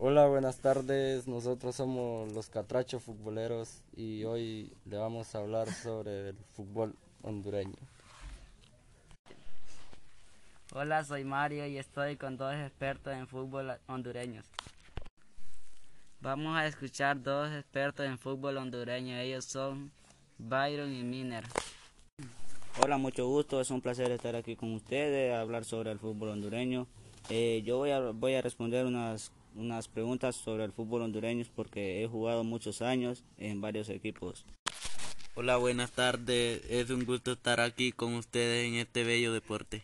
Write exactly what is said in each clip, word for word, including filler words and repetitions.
Hola, buenas tardes. Nosotros somos los Catrachos Futboleros y hoy le vamos a hablar sobre el fútbol hondureño. Hola, soy Mario y estoy con dos expertos en fútbol hondureños. Vamos a escuchar dos expertos en fútbol hondureño. Ellos son Byron y Miner. Hola, mucho gusto. Es un placer estar aquí con ustedes, a hablar sobre el fútbol hondureño. Eh, yo voy a, voy a responder unas, unas preguntas sobre el fútbol hondureño porque he jugado muchos años en varios equipos. Hola, buenas tardes. Es un gusto estar aquí con ustedes en este bello deporte.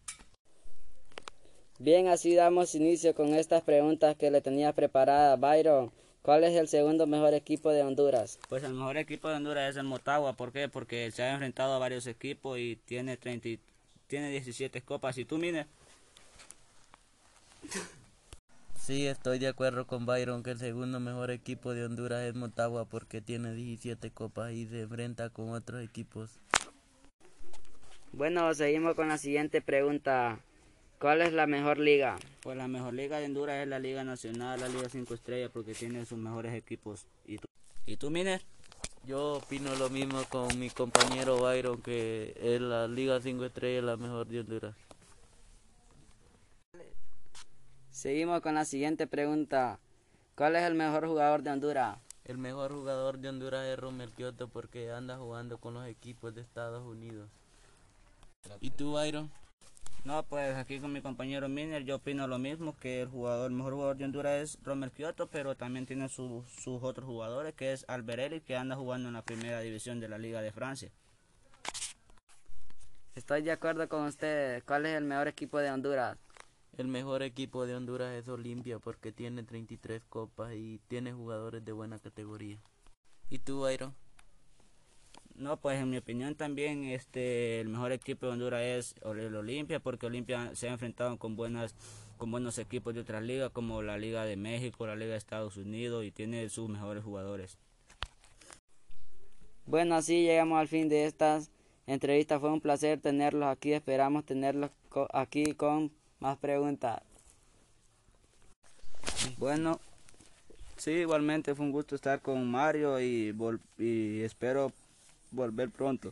Bien, así damos inicio con estas preguntas que le tenía preparada. Byron, ¿cuál es el segundo mejor equipo de Honduras? Pues el mejor equipo de Honduras es el Motagua. ¿Por qué? Porque se ha enfrentado a varios equipos y tiene treinta, tiene diecisiete copas. ¿Y tú, Miner? Sí, estoy de acuerdo con Byron que el segundo mejor equipo de Honduras es Motagua porque tiene diecisiete copas y se enfrenta con otros equipos. Bueno, seguimos con la siguiente pregunta. ¿Cuál es la mejor liga? Pues la mejor liga de Honduras es la Liga Nacional, la Liga cinco Estrellas, porque tiene sus mejores equipos. ¿Y tú, ¿Y tú Miner? Yo opino lo mismo con mi compañero Byron que es la Liga cinco Estrellas la mejor de Honduras. Seguimos con la siguiente pregunta. ¿Cuál es el mejor jugador de Honduras? El mejor jugador de Honduras es Romel Kioto porque anda jugando con los equipos de Estados Unidos. ¿Y tú, Byron? No, pues aquí con mi compañero Miner yo opino lo mismo, que el jugador, el mejor jugador de Honduras es Romel Kioto, pero también tiene su, sus otros jugadores, que es Alberelli, que anda jugando en la primera división de la Liga de Francia. Estoy de acuerdo con usted. ¿Cuál es el mejor equipo de Honduras? El mejor equipo de Honduras es Olimpia porque tiene treinta y tres copas y tiene jugadores de buena categoría. ¿Y tú, Byron? No, pues en mi opinión también este el mejor equipo de Honduras es el Olimpia, porque Olimpia se ha enfrentado con buenas con buenos equipos de otras ligas como la Liga de México, la Liga de Estados Unidos, y tiene sus mejores jugadores. Bueno, así llegamos al fin de estas entrevistas. Fue un placer tenerlos aquí. Esperamos tenerlos aquí con más preguntas. Bueno, sí, igualmente fue un gusto estar con Mario y, y espero volver pronto.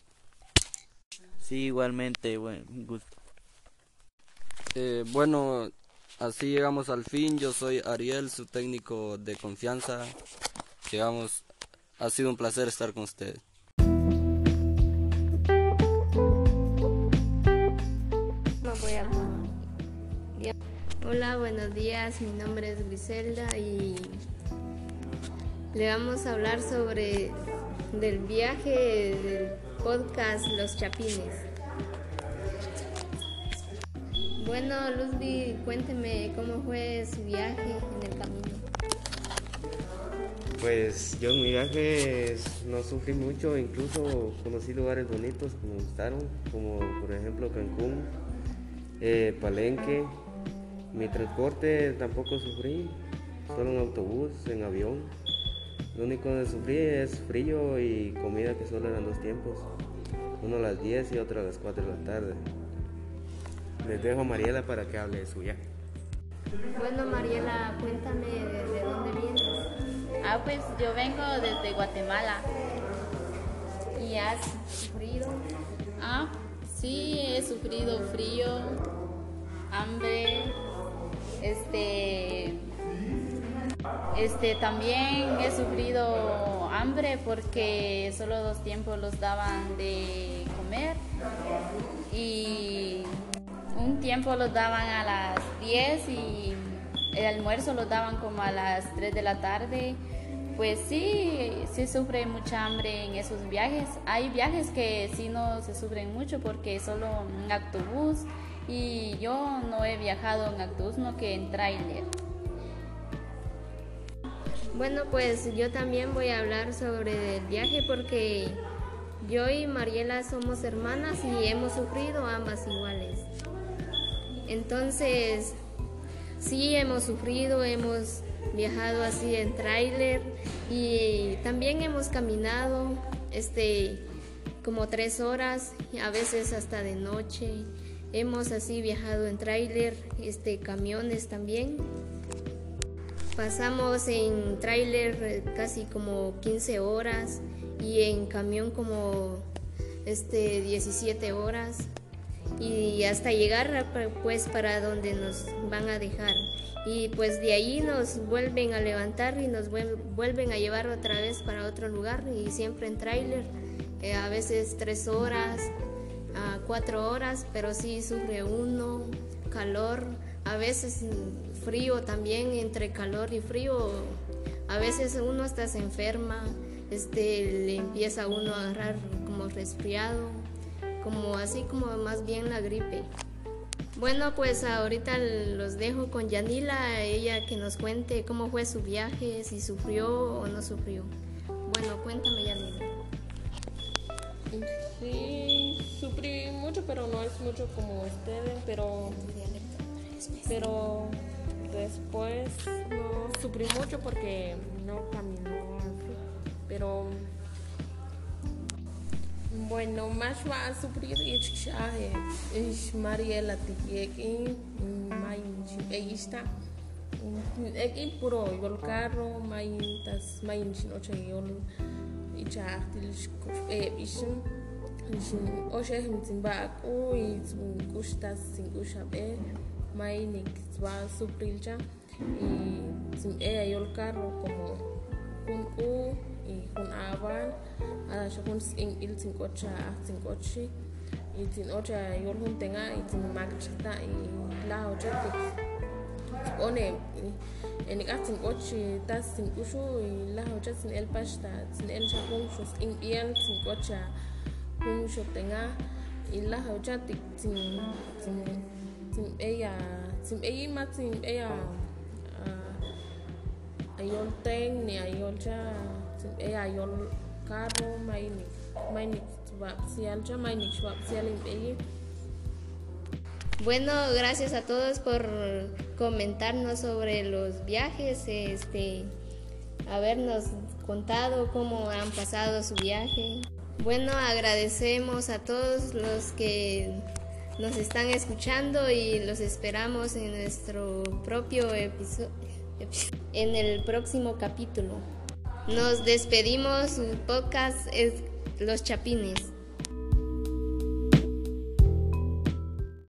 Sí, igualmente, buen gusto. Eh, bueno, así llegamos al fin. Yo soy Ariel, su técnico de confianza. Llegamos, ha sido un placer estar con ustedes. Hola, buenos días, mi nombre es Griselda y le vamos a hablar sobre del viaje del podcast Los Chapines. Bueno, Luzby, cuénteme cómo fue su viaje en el camino. Pues yo en mi viaje no sufrí mucho, incluso conocí lugares bonitos que me gustaron, como por ejemplo Cancún, eh, Palenque. Mi transporte tampoco sufrí, solo en autobús, en avión. Lo único que sufrí es frío y comida, que solo eran dos tiempos, uno a las diez y otro a las cuatro de la tarde. Les dejo a Mariela para que hable de su viaje. Bueno, Mariela, cuéntame de, de dónde vienes. Ah, pues yo vengo desde Guatemala. ¿Y has sufrido? Ah, sí, he sufrido frío, hambre, este, este, también he sufrido hambre porque solo dos tiempos los daban de comer y un tiempo los daban a las diez y el almuerzo los daban como a las tres de la tarde. Pues sí, sí sufre mucha hambre en esos viajes. Hay viajes que sí no se sufren mucho porque solo en autobús, y yo no he viajado en autobús, no que en tráiler. Bueno, pues yo también voy a hablar sobre el viaje porque yo y Mariela somos hermanas y hemos sufrido ambas iguales. Entonces, sí hemos sufrido, hemos viajado así en tráiler y también hemos caminado este como tres horas, a veces hasta de noche. Hemos así viajado en tráiler, este camiones también. Pasamos en tráiler casi como quince horas y en camión como este diecisiete horas y hasta llegar pues para donde nos van a dejar, y pues de ahí nos vuelven a levantar y nos vuelven a llevar otra vez para otro lugar, y siempre en tráiler, eh, a veces tres horas, a cuatro horas, pero sí sufre uno, calor, a veces frío también, entre calor y frío, a veces uno hasta se enferma, este, le empieza a uno a agarrar como resfriado, como así como más bien la gripe. Bueno, pues ahorita los dejo con Yanila, ella que nos cuente cómo fue su viaje, si sufrió o no sufrió. Bueno, cuéntame, Yanila. Sí, sufrí mucho, pero no es mucho como ustedes, pero, pero después no sufrí mucho porque no caminó así, pero bueno, más va a sufrir ich ich Mariela Tieki, mai esta aquí puro yol carro, mai tas mai ocho yol icha tilish e ishim ishim oche himtimba ku i gustas sin gushabe mai nik va suprilcha y sin e yol carro como un u y con avan a shakun in il sin cocha sin cochi y sin ocha yol hun tenga y sin magchata y la ocha one en gatin cochi tas sin ushu y la ocha sin el pasta sin el shakun shus in il sin cocha kun shu tenga y la ocha sin sin sin ella sin ella más sin ella ayol tren ni ayol cha e ayol carro maini maini va si alja maini va si alim. Bueno, gracias a todos por comentarnos sobre los viajes, este, habernos contado cómo han pasado su viaje. Bueno, agradecemos a todos los que nos están escuchando y los esperamos en nuestro propio episodio, en el próximo capítulo. Nos despedimos, su podcast es Los Chapines.